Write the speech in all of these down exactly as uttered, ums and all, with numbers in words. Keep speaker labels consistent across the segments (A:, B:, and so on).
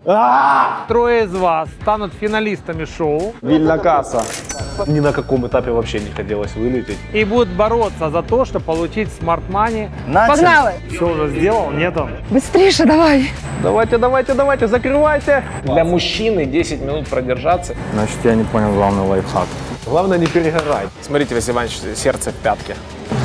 A: Трое из вас станут финалистами шоу.
B: Вильна касса. Ни на каком этапе вообще не хотелось вылететь.
A: И будут бороться за то, чтобы получить смарт-мани.
C: Погнали!
A: Все уже сделал? Нет он?
C: Быстрее давай!
B: Давайте, давайте, давайте, закрывайте.
D: Для мужчины десять минут продержаться.
B: Значит, я не понял главный лайфхак. Главное не перегорать.
D: Смотрите, Василий Иванович, сердце в пятке.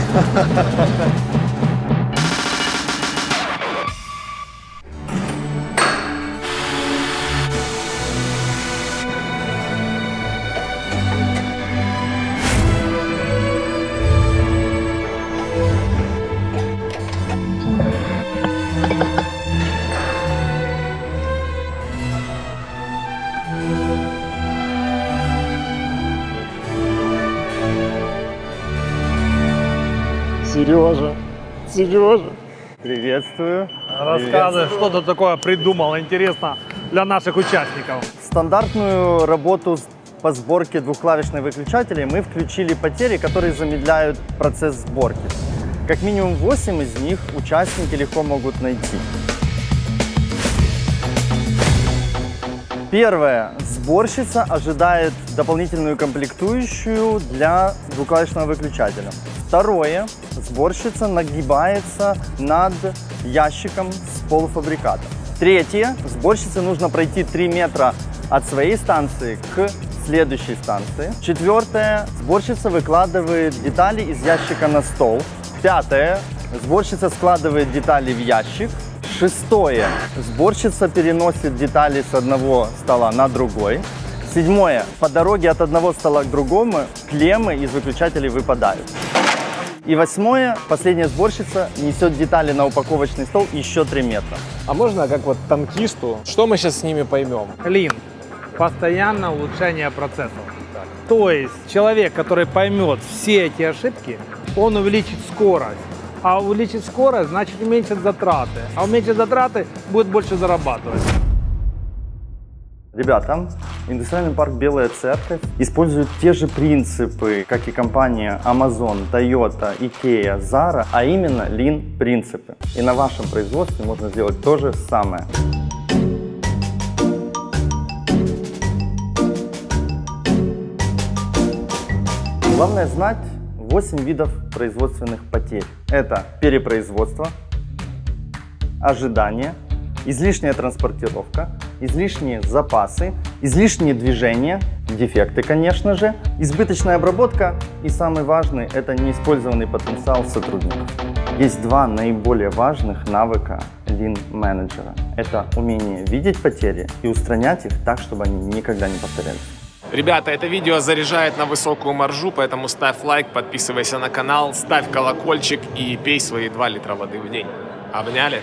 B: Сережа, Сережа, приветствую.
A: Рассказывай, что ты такое придумал, интересно, для наших участников.
E: В стандартную работу по сборке двухклавишных выключателей мы включили потери, которые замедляют процесс сборки. Как минимум восемь из них участники легко могут найти. Первое. Сборщица ожидает дополнительную комплектующую для двухклавишного выключателя. Второе. Сборщица нагибается над ящиком с полуфабрикатом. Третье. Сборщице нужно пройти три метра от своей станции к следующей станции. Четвертое. Сборщица выкладывает детали из ящика на стол. Пятое. Сборщица складывает детали в ящик. Шестое. Сборщица переносит детали с одного стола на другой. Седьмое. По дороге от одного стола к другому клеммы из выключателей выпадают. И восьмое. Последняя сборщица несет детали на упаковочный стол еще три метра.
D: А можно как вот танкисту? Что мы сейчас с ними поймем?
A: Лин. Постоянное улучшение процессов. То есть человек, который поймет все эти ошибки, он увеличит скорость. А увеличить скорость, значит уменьшить затраты. А уменьшить затраты, будет больше зарабатывать.
E: Ребята, индустриальный парк «Белая церковь» использует те же принципы, как и компания Amazon, Toyota, Ikea, Zara, а именно Lean-принципы. И на вашем производстве можно сделать то же самое. Главное знать восемь видов производственных потерь. Это перепроизводство, ожидание, излишняя транспортировка, излишние запасы, излишние движения, дефекты, конечно же, избыточная обработка и самый важный – это неиспользованный потенциал сотрудников. Есть два наиболее важных навыка Lean-менеджера. Это умение видеть потери и устранять их так, чтобы они никогда не повторялись.
D: Ребята, это видео заряжает на высокую маржу, поэтому ставь лайк, подписывайся на канал, ставь колокольчик и пей свои два літра води в день. Обняли?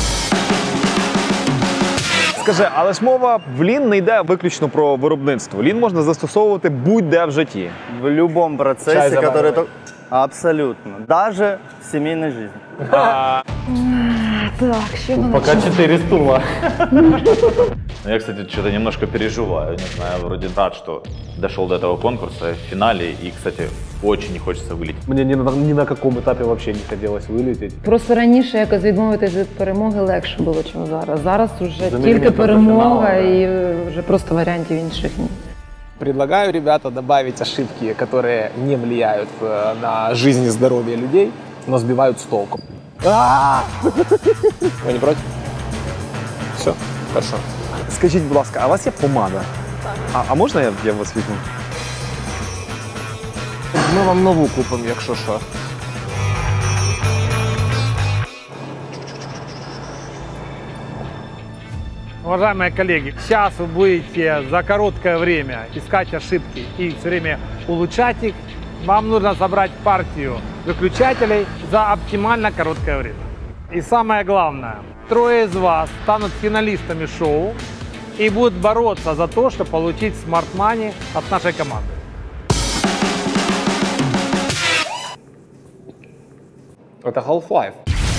B: Скажи, але ж мова в Lean не йде виключно про виробництво. Lean можна застосовувати будь-де в житті.
E: В любом процессе, который... то- Абсолютно. Даже в семейной жизни.
C: Так, що нам?
F: Пока четыре стула. Я, кстати, что-то немножко переживаю. Не знаю, вроде рад, что дошел до этого конкурса в финале. И, кстати, очень не хочется вылететь.
B: Мне ни на, ни на каком етапі вообще не хотілося вилетіти.
C: Просто раніше якось відмовитись від перемоги легше було, ніж зараз. Зараз вже
B: За
C: тільки
B: міліметр до
C: перемога
B: фіналу,
C: і вже просто варіантів інших ні.
D: Предлагаю, ребята, добавить ошибки, которые не влияют э, на жизнь и здоровье людей, но сбивают с толку. Вы не против? Все, хорошо.
B: Скажіть, будь ласка, а у вас є помада? А, а можна я, я вас візьму?
D: Ми вам нову купимо, якщо що.
A: Уважаемые коллеги, сейчас вы будете за короткое время искать ошибки и все время улучшать их. Вам нужно собрать партию выключателей за оптимально короткое время. И самое главное, трое из вас станут финалистами шоу и будут бороться за то, чтобы получить смарт-мани от нашей команды.
D: Это Half-Life.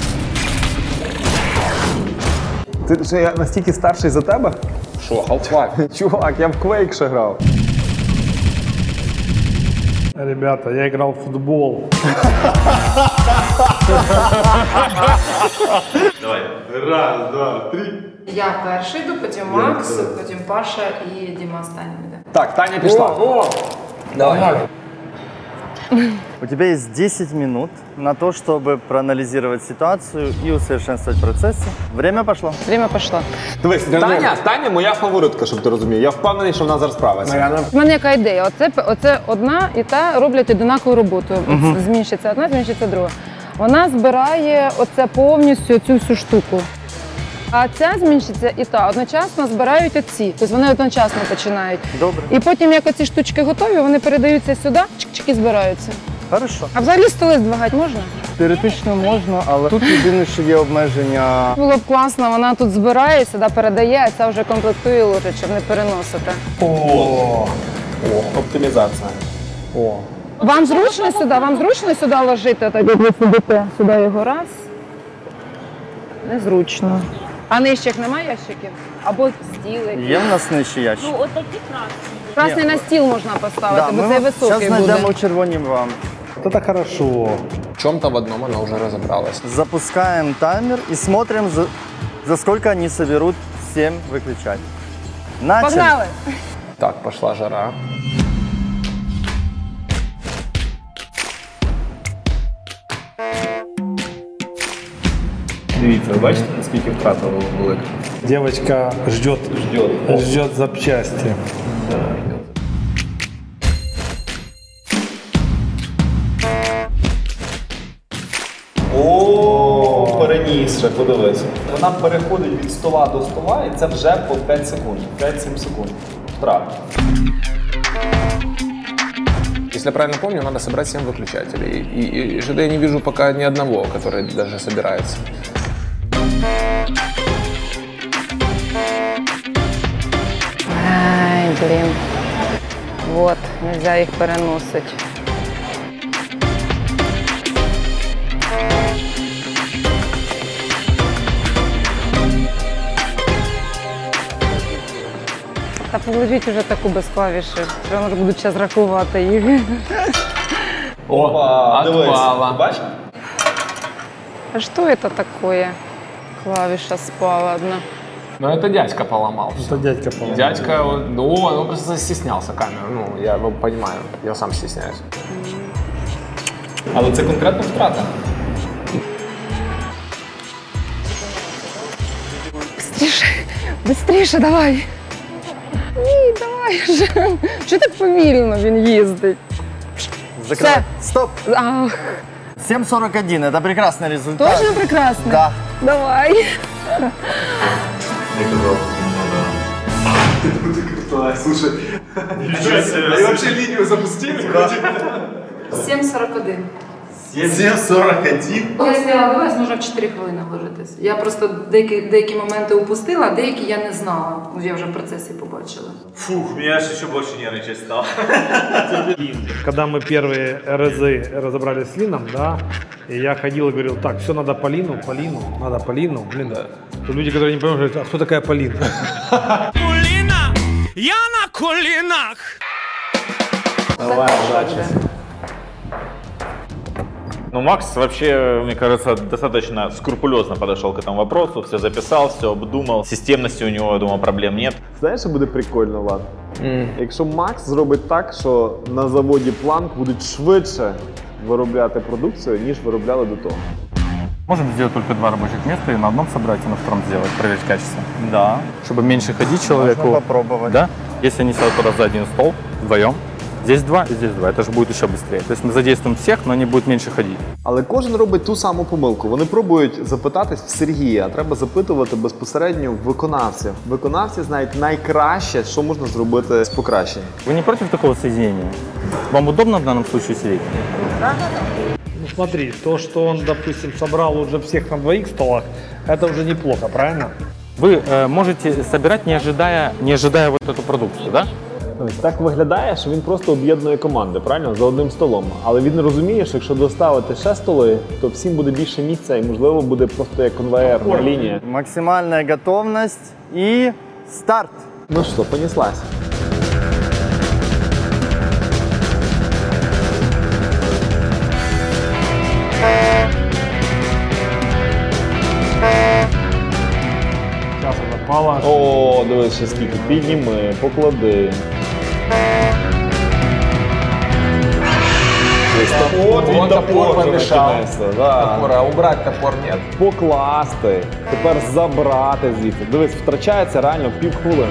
B: Ти що, я настільки старший за тебе?
D: Що, Half-Life?
B: Чувак, я в Quake ще грав.
A: Ребята, я играл в футбол.
F: Давай. Раз, два, три.
C: Я перший йду, потім Макс, потім Паша і Діма останнім йде.
B: Так, Таня пішла.
A: Давай.
E: У тебя есть десять минут на то, чтобы проанализировать ситуацию и усовершенствовать процессы. Время пошло.
C: Время пішло.
B: Дивись, Таня, Таня моя фаворитка, щоб ти розумів. Я впевнений, що вона зараз справиться.
C: У мене яка ідея? Оце, оце одна і та роблять однакову роботу. Угу. Змінщиться одна, змінщиться друга. Вона збирає оце повністю цю всю штуку. А ця змінщиться і та одночасно збирають оці. Тобто вони одночасно починають.
E: Добре.
C: І потім, як оці штучки готові, вони передаються сюди, чик-чик і збираються.
E: Хорошо.
C: А взагалі столи здвигати можна?
E: Теоретично можна, але тут єдине, що є обмеження.
C: Було б класно, вона тут збирає, сюди передає, а ця вже комплектує ложить, щоб не переносити.
B: О, о, оптимізація. О.
C: Вам зручно сюди? Вам зручно сюди ложити? Так як ви сидите. Сюди його раз. Незручно. А нижчих немає ящиків? Або стіли?
E: Є в нас нижчий ящик?
G: Ну, от такі красні.
C: Красний на стіл можна поставити,
E: Да,
C: бо
E: ми
C: цей
E: зараз
C: високий буде.
E: знайдемо червоні вам.
A: Вот это хорошо.
D: В чем-то в одном она уже разобралась.
E: Запускаем таймер и смотрим, за, за сколько они соберут семь выключателей. Начали.
C: Погнали!
D: Так, пошла жара.
B: Дивіться, ви бачите, наскільки втрата велика?
A: Девочка ждет,
B: Ждет.
A: ждет запчасти.
B: О, переніс ще, подивись. Вона переходить від стола до стола, і це вже по п'ять секунд. п'ять-сім секунд. Втрата.
D: Если я правильно помню, надо собрать семь выключателей. И, и что-то я не вижу пока ни одного, который даже собирается.
C: Ай, блін. Вот, нельзя їх переносити. Та положіть вже таку без клавіші, що вони будуть зараз рахувати їх.
B: Опа, дивись.
D: отпала.
B: Бачиш?
C: А що це таке? Клавіша спала одна.
D: Ну, это дядька поломал.
A: Это дядька поломал.
D: Дядька, вот, ну, он просто стеснялся камеры. Ну, я его понимаю, я сам стесняюсь.
B: Але це конкретно втрата.
C: Быстріше, быстріше давай. Ні, давай вже. Чого так повільно він їздить?
E: Закрывай. Стоп.
C: Ах,
E: семь сорок один. Это прекрасный результат.
C: точно прекрасно?
E: Да.
C: Давай.
B: Слушай, они вообще линию запустили?
C: сім сорок один.
B: семь сорок один?
C: Я зняла до вас, можна в чотири хвилини вложитись. Я просто деякі, деякі моменти упустила, а деякі я не знала. Я вже в процесі побачила.
F: Фух, меня аж еще больше нервничать стало.
A: Когда мы первые РЗ разобрали с Лином, да, и я ходил и говорил, так, все надо Полину, Полину, надо Полину, блин, да. То люди, которые не понимают, говорят, а кто такая Полина?
H: Полина, я на колінах.
B: Давай, удачи.
F: Ну, Макс вообще, мне кажется, достаточно скрупулезно подошел к этому вопросу, все записал, все обдумал. Системности у него, я думаю, проблем нет.
B: Знаєш, що буде прикольно, Влад? Mm. Якщо Макс зробить так, що на заводі Планк будуть швидше виробляти продукцію, ніж виробляли до того.
I: Можем сделать только два рабочих места и на одном собрать, и на втором сделать, проверить качество.
E: Да.
I: Чтобы меньше ходить человеку.
E: Можно попробовать.
I: Да? Если они сядут туда за один стол, вдвоем, здесь два и здесь два, это же будет еще быстрее. То есть мы задействуем всех, но они будут меньше ходить.
B: Але кожен робить ту саму помилку. Вони пробують запитатись в Сергія, а треба запитувати безпосередньо в виконавця. Виконавці знають найкраще, що можна зробити з покращенням.
I: Вы не против такого соединения? Вам удобно в данном случае сидеть?
A: Ну смотри, то, что он, допустим, собрал уже всех на двоих столах, это уже неплохо, правильно?
I: Вы э, можете собирать, не ожидая, не ожидая вот эту продукцию, да?
B: Ось так виглядає, що він просто об'єднує команди, правильно? За одним столом. Але він не розуміє, що якщо доставити ще столи, то всім буде більше місця і, можливо, буде просто як конвейерна лінія.
E: Максимальная готовность и старт.
B: Ну що, понеслась.
A: Положи.
B: О, дивись, ще скільки. Підніми, поклади.
A: Вот,
B: Вот топор помішав.
A: Топор, а убрать топор нет.
B: Покласти. Тепер забрати звідси. Дивись, втрачається реально пів хвилини.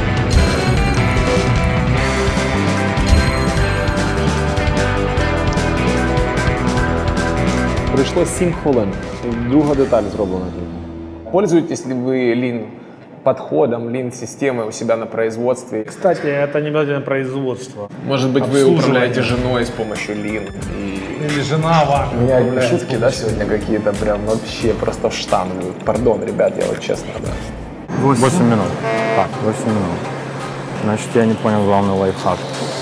B: Прийшло сім хвилин. Друга деталь зроблена.
G: Пользуетесь ли вы лин подходом, лин системой у себя на производстве?
A: Кстати, это не обязательно производство.
G: Может быть, вы управляете женой с помощью лин? И...
A: Или жена ваша.
G: У меня одни шутки, да, сегодня какие-то прям вообще просто в штангу. Пардон, ребят, я вот честно, да.
I: восемь минут. Так, восемь минут. Значит, я не понял главный лайфхак.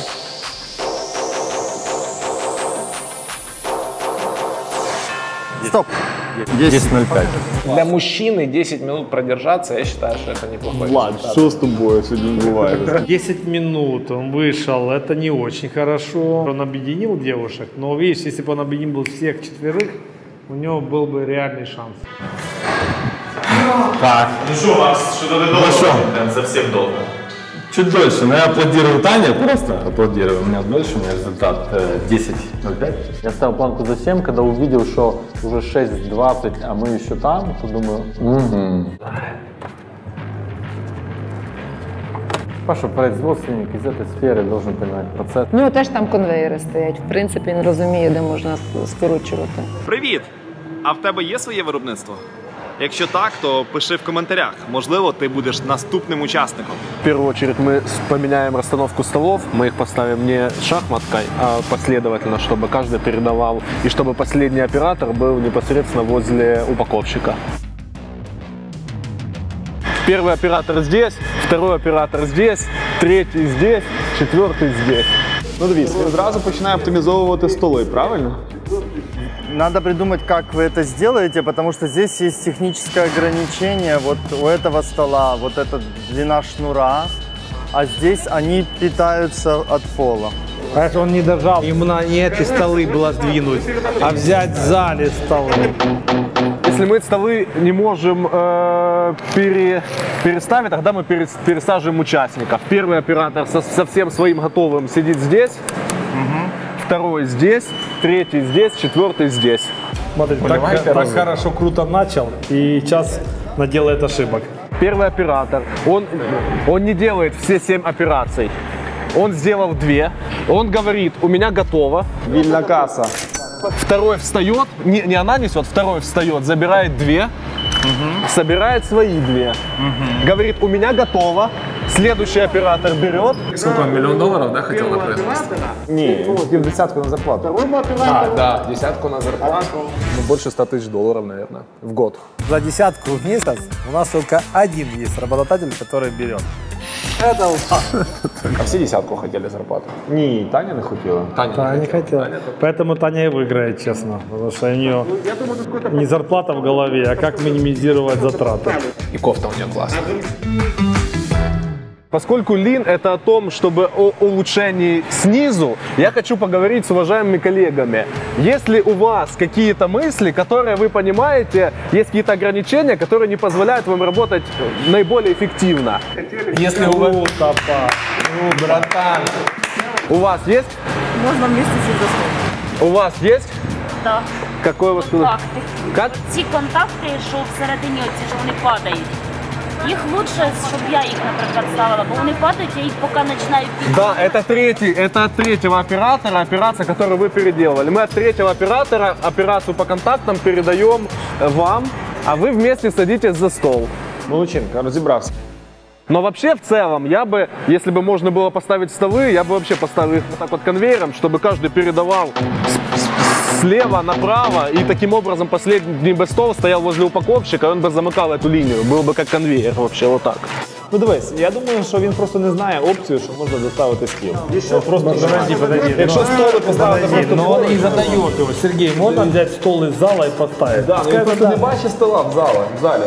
E: Стоп.
I: десять ноль пять.
G: Для мужчины десять минут продержаться, я считаю, что это неплохой
B: Влад,
G: результат.
B: що з тобою сьогодні відбувається?
A: десять минут он вышел, это не очень хорошо. Он объединил девушек, но видишь, если бы он объединил всех четверых, у него был бы реальный шанс.
I: Так,
F: Ну что, вас что-то ты долго? Прям совсем долго.
I: чуть дольше, но я аплодирую Тане, просто аплодирую. У меня дольше, у меня результат десять ноль пять. Я ставил планку за семь, когда увидел, что уже шесть двадцать, а мы еще там, то думаю, угу. Паша, производственник из этой сферы должен понимать процесс.
C: Ну, теж там конвейери стоять. В принципі, він розуміє, де можна скорочувати.
J: Привіт! А в тебе є своє виробництво? Якщо так, то пиши в коментарях. Можливо, ти будеш наступним учасником.
K: В первую очередь мы поменяем расстановку столов, мы их поставим не шахматкой, а последовательно, чтобы каждый передавал, и чтобы последний оператор был непосредственно возле упаковщика. Первый оператор здесь, второй оператор здесь, третий здесь, четвертый здесь.
B: Ну дивіться, він зразу починає оптимізовувати столи, правильно?
E: Надо придумать, как вы это сделаете, потому что здесь есть техническое ограничение. Вот у этого стола вот эта длина шнура, а здесь они питаются от пола.
A: Понимаешь, он не дожал, ему на не эти столы было сдвинуть, а взять в зале столы.
K: Если мы столы не можем э, пере, переставить, тогда мы перес, пересаживаем участников. Первый оператор со, со всем своим готовым сидит здесь, угу. Второй здесь, третий здесь, четвертый здесь.
A: Смотри, так, так хорошо, круто начал и сейчас наделает ошибок.
K: Первый оператор, он, он не делает все семь операций. Он сделал две, он говорит, у меня готово.
B: Вільна каса.
K: Второй встает, не, не она несет, второй встает, забирает две, угу. Собирает свои две. Угу. Говорит, у меня готово. Следующий оператор берет.
G: Сколько, миллион долларов, да, хотел на производство?
B: Ні, хотів десятку на зарплату.
G: А, да, десятку на зарплату.
K: Ну, больше ста тысяч долларов, наверное, в год.
A: За десятку в месяц у нас только один есть работодатель, который берет. Это
G: А все десятку хотели зарплату?
B: Ні, Таня не хотіла.
G: Таня,
A: Таня не хотела. Поэтому Таня и выиграет, честно. Потому что у нее не зарплата в голове, а как минимизировать затраты.
G: И кофта у нее классная.
K: Поскольку лин это о том, чтобы о улучшении снизу, я хочу поговорить с уважаемыми коллегами. Если у вас какие-то мысли, которые вы понимаете, есть какие-то ограничения, которые не позволяют вам работать наиболее эффективно.
A: Если у вас... Ну, братан.
K: У вас есть?
L: Можна вместе сесть за стол.
K: У вас есть?
L: Так.
K: Какой у вас
L: Контакти.
K: Как?
L: Ці контакти, що всередині оці, що вони падають. Їх лучше, щоб я їх, наприклад, ставила, бо вони падають, я їх поки починаю піднімати.
K: Да, это третий, это от третьего оператора, операция, которую вы переделывали. Мы от третьего оператора операцию по контактам передаем вам, а вы вместе садитесь за стол.
B: Молодчинка, розібрався.
K: Но вообще, в целом, я бы, если бы можно было поставить столы, я бы вообще поставил их вот так вот конвейером, чтобы каждый передавал слева направо, и таким образом последний бы стол стоял возле упаковщика, и он бы замыкал эту линию. Было бы как конвейер вообще, вот так.
B: Ну дивись, я думаю, що він просто не знає опцію, що можна доставити стіл. Просто
A: Подожди, подожди.
B: Якщо столи поставити просто
A: но он
B: поруч,
A: и задает его. Сергей, можно взять стол из зала и поставить?
B: Да, ну він просто не бачить стола в залі. В залі.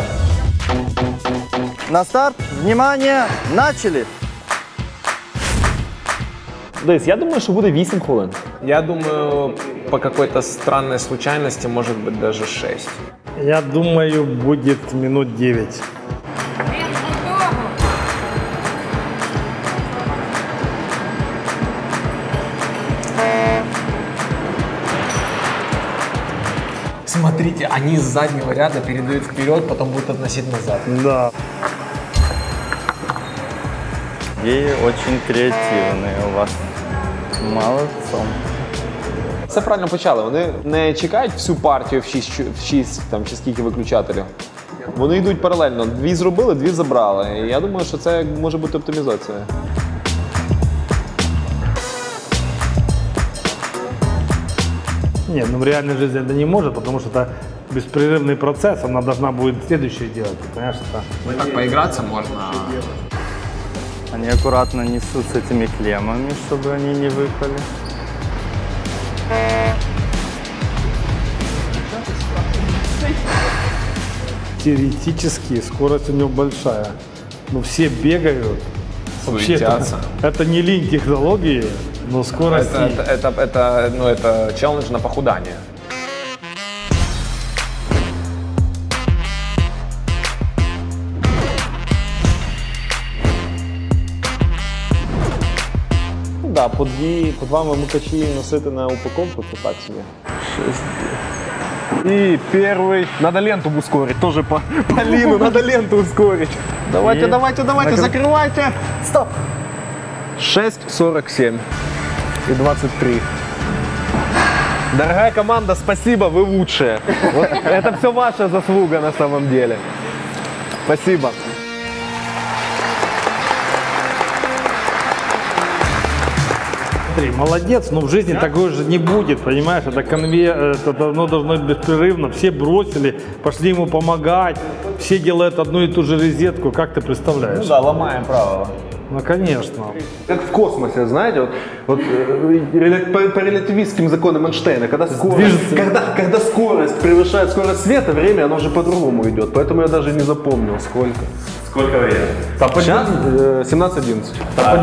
E: На старт, внимание, начали!
B: Дивись, я думаю, що буде вісім хвилин.
G: Я думаю, по какой-то странной случайности, может быть, даже шесть.
A: Я думаю, будет минут девять.
G: смотрите, они с заднего ряда передают вперед, потом будут относить назад.
A: Да.
E: И очень креативные у вас. Молодцом.
B: Все правильно почали. Вони не чекають всю партію в шість, в шість там, чи скільки виключателів. Вони йдуть паралельно. Дві зробили, дві забрали. І я думаю, що це може бути оптимізація.
A: Нет, ну в реальной жизни это не может, потому что это беспрерывный процесс, она должна будет следующее делать, понимаешь? Это...
G: Так поиграться можно.
E: Они аккуратно несут с этими клеммами, чтобы они не выпали.
A: Теоретически скорость у него большая, но все бегают. Вообще это, это не линь технологии, но скорость.
G: Это, это, это, это, ну, это челлендж на похудание.
B: Ну да, по дві, по два вимикачі носити на упаковку, це так собі.
K: И первый. Надо ленту ускорить. Тоже по, по лину надо ленту ускорить. Давайте,
E: И
K: давайте, давайте,
E: накр...
K: закрывайте. Стоп. шесть сорок семь и двадцать три. Дорогая команда, спасибо, вы лучшие. Вот, это все ваша заслуга на самом деле. Спасибо.
A: Смотри, молодец, но в жизни такого же не будет, понимаешь? Это конвейер, это давно должно быть беспрерывно. Все бросили, пошли ему помогать, все делают одну и ту же розетку, как ты представляешь?
B: Ну да, ломаем правила.
A: Ну, конечно.
K: Как в космосе, знаете, вот, вот э, по, по релятивистским законам Эйнштейна, когда скорость, когда, когда скорость превышает скорость света, время оно уже по-другому идет. Поэтому я даже не запомнил, сколько.
F: Сколько времени?
K: Сейчас э, семнадцать одиннадцать.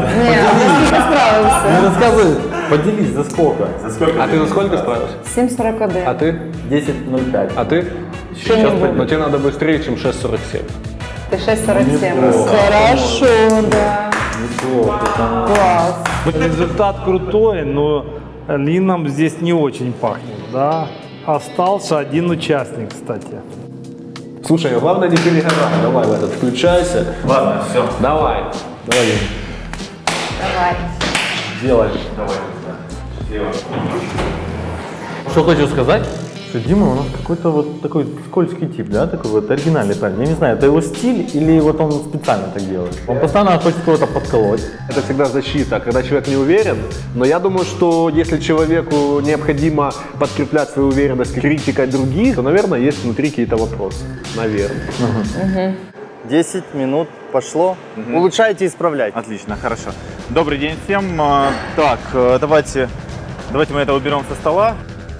I: Не рассказывай, поделись, за сколько?
F: За сколько?
K: А ты за сколько справился?
C: сім сорок один.
K: А ты?
I: десять ноль пять.
K: А ты? Сейчас, но тебе надо быстрее, чем шесть сорок семь.
C: Ты шесть сорок семь. Хорошо, да. Класс.
A: Результат крутой, но лином здесь не очень пахнет, да? Остался один участник, кстати.
K: Слушай, главное не перегорай. Давай в этот включайся.
F: Ладно, все.
K: Давай. Давай.
C: Давай.
K: Делай.
F: Давай. Слева.
I: Что хочу сказать, что Дима у нас какой-то вот такой скользкий тип, да, такой вот оригинальный парень. Я не знаю, это его стиль или вот он специально так делает? Он постоянно хочет кого-то подколоть.
K: Это всегда защита, когда человек не уверен. Но я думаю, что если человеку необходимо подкреплять свою уверенность критикой других, то, наверное, есть внутри какие-то вопросы. Наверное.
E: Угу. десять минут пошло. Угу. Улучшайте и исправляйте.
F: Отлично, хорошо. Добрый день всем. Так, давайте, давайте мы это уберем со стола.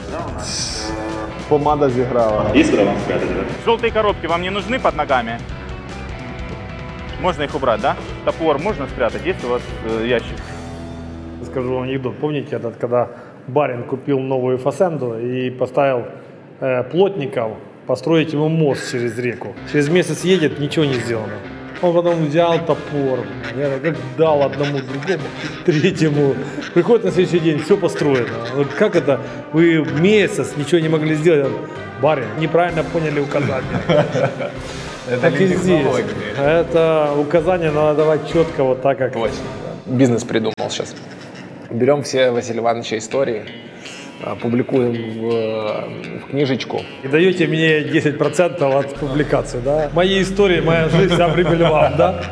B: Помада зіграла.
F: Есть куда вам спрятать? Желтые коробки вам не нужны под ногами? Можно их убрать, да? Топор можно спрятать? Есть у вас э, ящик?
A: Скажу вам анекдот. Помните этот, когда барин купил новую фасенду и поставил э, плотников построить ему мост через реку? Через месяц едет, ничего не сделано. Он потом взял топор, я как дал одному, другому, третьему. Приходит на следующий день, все построено. Вот как это? Вы месяц ничего не могли сделать? Барин, неправильно поняли указания. Так и здесь. Это указания надо давать четко, вот так, как...
G: Точно. Бизнес придумал сейчас. Берем все Василия Ивановича истории, публикуем в, в книжечку.
A: И даете мне десять процентов от публикации, да? Мои истории, моя жизнь, вся прибыль вам, да?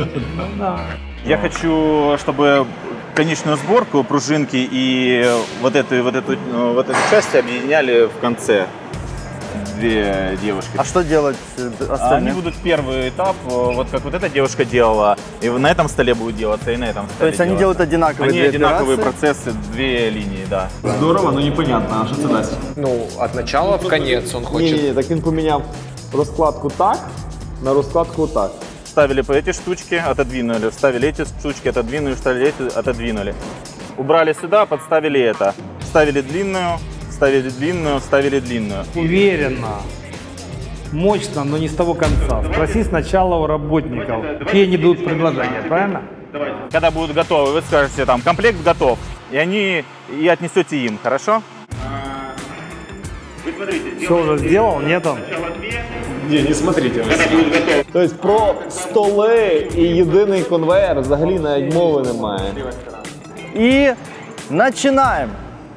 F: Я хочу, чтобы конечную сборку, пружинки и вот эту, вот эту, вот эту часть объединяли в конце. Две девушки.
E: А что делать остальные?
F: Они будут первый этап, вот как вот эта девушка делала, и на этом столе будет делаться, и на этом столе.
E: То есть они делают одинаковые
F: Они
E: две
F: одинаковые
E: операции?
F: процессы, две линии, да.
B: Здорово, но непонятно, а що це дасть?
G: Ну, от начала в конец он хочет.
B: Ні, ні, так він поміняв розкладку так на розкладку так.
F: Ставили по эти штучки, отодвинули, вставили эти штучки, отодвинули, вставили эти, отодвинули. Убрали сюда, подставили это. Ставили длинную, ставили длинную, вставили длинную.
A: Уверенно, мощно, но не с того конца. Спроси сначала у работников, какие они дают предложения, правильно?
F: Когда будут готовы, вы скажете, там, комплект готов, и они, и отнесете им, хорошо?
A: Все уже сделал? Нет он?
G: Не, не смотрите.
B: Тобто про столи і єдиний конвейер взагалі навіть мови немає.
E: И начинаем.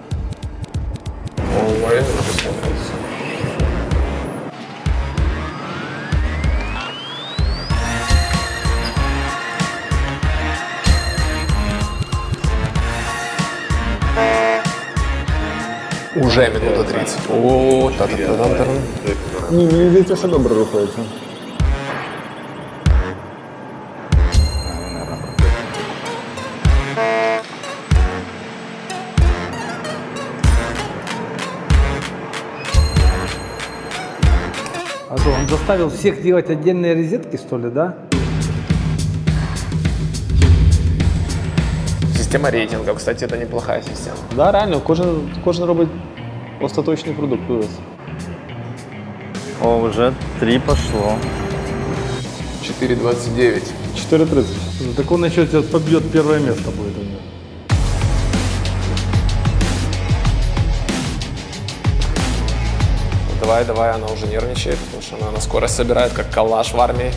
G: Уже минута тридцать. О, та-та-та-та-та.
B: Ні, мені здається, що добре рухається.
A: А что, он заставил всех делать отдельные розетки, что ли, да?
G: Система рейтинга, кстати, это неплохая система.
B: Да, реально, кожен, кожен робить остаточний продукт.
E: О, уже три пошло.
G: четыре двадцать девять.
B: чотири тридцять.
A: Ну, так он еще сейчас побьет первое место будет у него.
G: Давай, давай, она уже нервничает, потому что она на скорость собирает, как калаш в армии.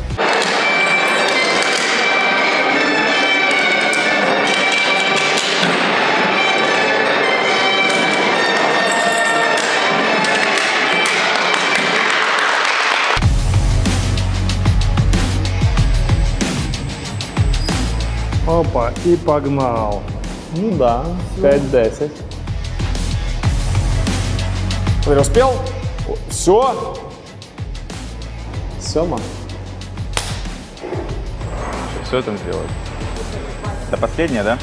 A: Опа, и погнал.
B: Ну да, пять десять.
G: Ты успел?
B: Все? Сема.
F: Все там сделать. Это последнее, да?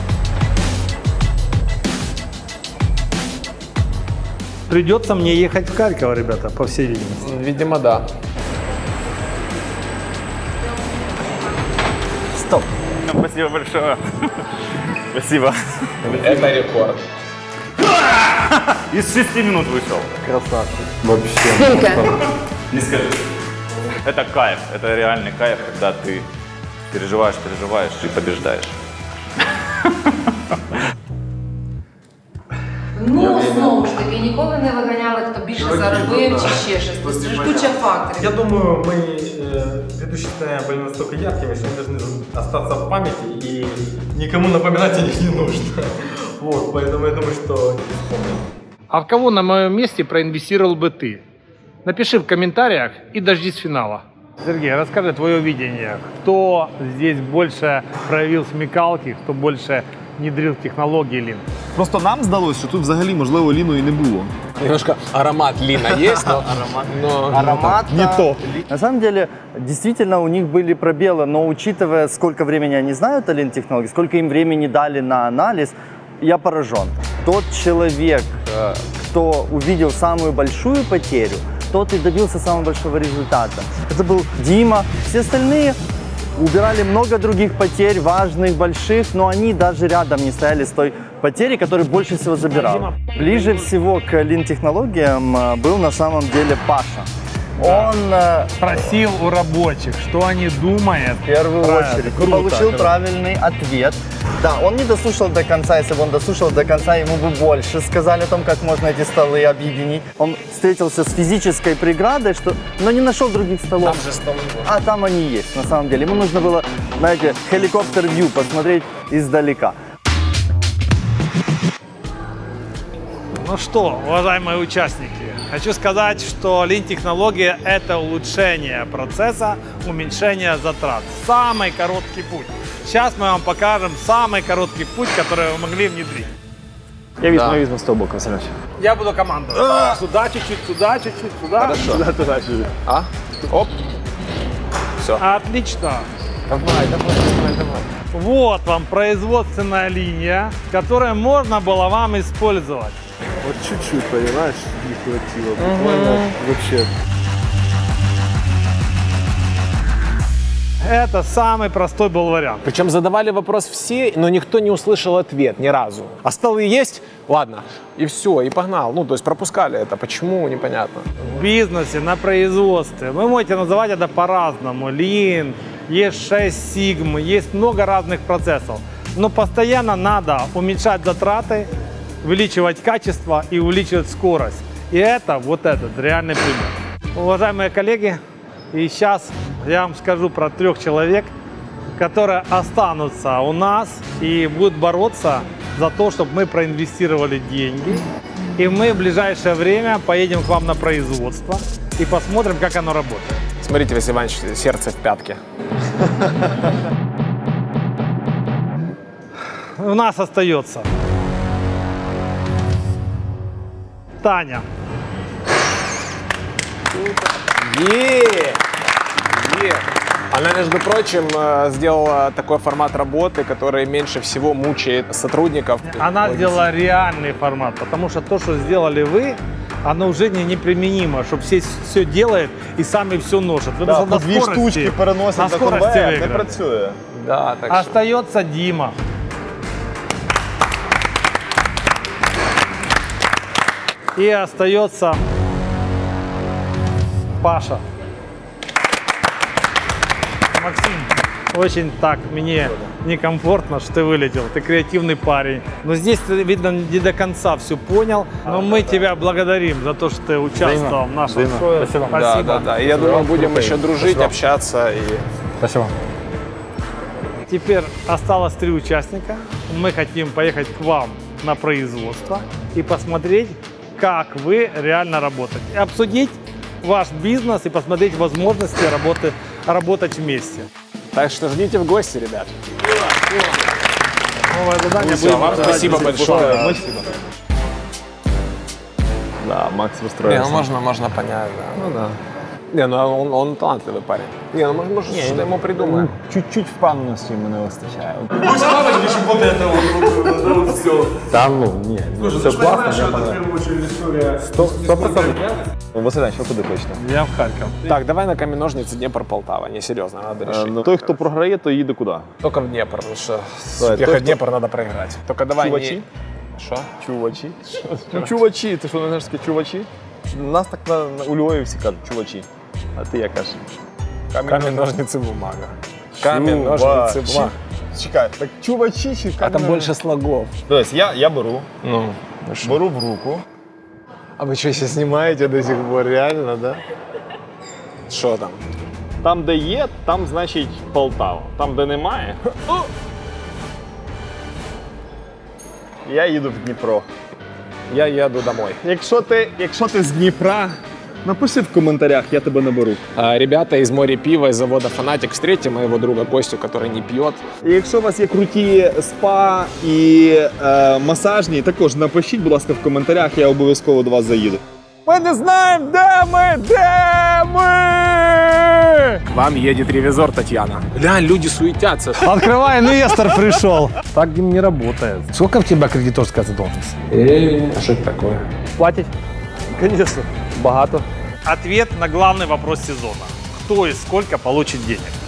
A: Придется мне ехать в Харьков, ребята, по всей видимости.
G: Видимо, да.
E: Стоп.
F: Спасибо большое. Спасибо.
G: Это рекорд.
F: Из шести минут вышел.
E: Красавчик.
C: Скільки?
F: Не скажи. Это кайф, это реальный кайф, когда ты переживаешь, переживаешь и побеждаешь.
C: Ну, знову ж таки, ніколи не виганяли, хто більше заробив чи ще щось. Це ж куча факторів.
M: Я думаю, мы э, предыдущие были настолько яркими, что они должны остаться в памяти, и никому напоминать о них не нужно. Вот, поэтому я думаю, что не вспомнил.
A: А в кого на моем месте проинвестировал бы ты? Напиши в комментариях и дождись финала. Сергей, расскажи твое видение. Кто здесь больше проявил смекалки, кто больше внедрил технологии Lean?
B: Просто нам здалося, що тут взагалі, можливо, Ліну і не було.
G: Немножко аромат Лина есть, но... но
E: Аромат
B: не то.
E: На самом деле, действительно, у них были пробелы, но учитывая, сколько времени они знают о Lean-технологии, сколько им времени дали на анализ, я поражен. Тот человек, кто увидел самую большую потерю, тот и добился самого большого результата. Это был Дима. Все остальные убирали много других потерь, важных, больших, но они даже рядом не стояли с той потерей, которую больше всего забирал. Ближе всего к Lean-технологиям был на самом деле Паша. Он
A: спросил у рабочих, что они думают.
E: В первую очередь.
A: Круто,
E: получил
A: круто.
E: правильный ответ. Да, он не дослушал до конца. Если бы он дослушал до конца, ему бы больше сказали о том, как можно эти столы объединить. Он встретился с физической преградой, что... но не нашел других столов.
G: Там же столы.
E: А там они есть, на самом деле. Ему нужно было, знаете, хеликоптер-вью посмотреть издалека.
A: Ну что, уважаемые участники, хочу сказать, что Lean-технология – это улучшение процесса, уменьшение затрат. Самый короткий путь. Сейчас мы вам покажем самый короткий путь, который вы могли внедрить.
B: Я візьму, я візьму з того боку, Васильович.
A: Я буду командовать. Сюда чуть-чуть, сюда чуть-чуть, сюда.
G: Хорошо.
A: Сюда, туда чуть-чуть.
G: А? Оп. Все.
A: Отлично.
G: Давай, давай, давай, давай.
A: Вот вам производственная линия, которую можно было вам использовать.
K: Вот чуть-чуть, понимаешь, не хватило. Буквально вообще.
A: Это самый простой был вариант.
G: Причем задавали вопрос все, но никто не услышал ответ ни разу. А столы есть? Ладно. И все, и погнал. Ну, то есть пропускали это. Почему? Непонятно.
A: В бизнесе, на производстве. Вы можете называть это по-разному. Lean, есть шесть Sigma, есть много разных процессов. Но постоянно надо уменьшать затраты, увеличивать качество и увеличивать скорость. И это, вот этот, реальный пример. Уважаемые коллеги, и сейчас я вам скажу про трех человек, которые останутся у нас и будут бороться за то, чтобы мы проинвестировали деньги. И мы в ближайшее время поедем к вам на производство и посмотрим, как оно работает.
G: Смотрите, Василий Иванович, сердце в пятке.
A: У нас остается Таня.
G: Е! Е! Она, между прочим, э, сделала такой формат работы, который меньше всего мучает сотрудников.
A: Она сделала реальный формат, потому что то, что сделали вы, оно уже не неприменимо, чтобы все все делают и сами все носят. Вы
B: Да,
A: просто на
B: дві
A: скорости,
B: штучки переносять
A: на
B: на
A: скорости
B: конвейер, не
A: выиграли.
B: працює.
G: Да, так що-
A: Остается Дима. И остается Паша. Максим, очень так мне некомфортно, что ты вылетел. Ты креативный парень. Но здесь ты, видно, не до конца все понял. Но мы тебя благодарим за то, что ты участвовал в нашем шоу. Спасибо.
G: Да, да, да. И я думаю, будем еще дружить,
A: Спасибо.
G: общаться. И...
A: Спасибо. Теперь осталось три участника. Мы хотим поехать к вам на производство и посмотреть, как вы реально работаете. И обсудить ваш бизнес и посмотреть возможности работы, работать вместе.
G: Так что ждите в гости, ребят.
A: Новое задание
G: Все,
A: будет.
G: вам спасибо большое.
B: Спасибо. Да, Макс
G: Не,
B: расстроился.
G: ну можно, можно понять, да.
B: Ну да.
G: Не, ну он, он талантливый парень. Не, ну может, может
B: Не,
G: что-то
B: ну,
G: ему придумаем.
B: Чуть-чуть впевненості йому не вистачає.
I: Там, ну, ні, ну, все класно, я
B: Сто процентів. Василь, що куди хочете?
A: Я в Харьков.
G: Так, давай на камень, ножницы, Днепр, Полтава. Не, серьезно, надо решить.
B: Ну, той, хто програє, то їде куди?
G: Только в Днепр, потому что
B: Давай,
G: ехать
B: той,
G: в Днепр надо проиграть. Только давай
B: Чувачи?
G: не... Что?
B: Чувачі? Ну, чувачі, ти що, не знаєш таке чувачі? Нас так на, на, у Львові всі кажуть, чувачі. А ти як кажеш?
G: Камень, ножницы, бумага. Камень, ножницы, бумага.
B: Чекай, так чувачі чи
G: А
B: камень?
G: там больше слогов.
B: Дивись, я, я беру,
G: Ну, ну что?
B: беру в руку.
G: А вы что, сейчас снимаете до сих пор, реально, да? Что там?
B: Там, де є, там, значить, Полтава. Там, де немає, я їду в Дніпро.
G: Я еду домой.
B: Якщо ти, якщо ти з Дніпра, напиши в коментарях, я тебе наберу.
G: А, ребята из Море Пива, из завода «Фанатик», встретьте моего друга Костю, который не пьет.
B: І якщо у вас є круті спа і е, масажні, також напишіть, будь ласка, в коментарях, я обов'язково до вас заїду. Ми не знаємо, де ми, де ми!
G: К вам едет ревизор Татьяна. Глянь, люди суетятся.
A: Открывай, инвестор пришел. Так не работает. Сколько в тебя кредиторская задолженность?
G: Эй, а что это такое?
A: Платить?
B: Звісно, багато.
A: Ответ на главный вопрос сезона. Кто и сколько получит денег?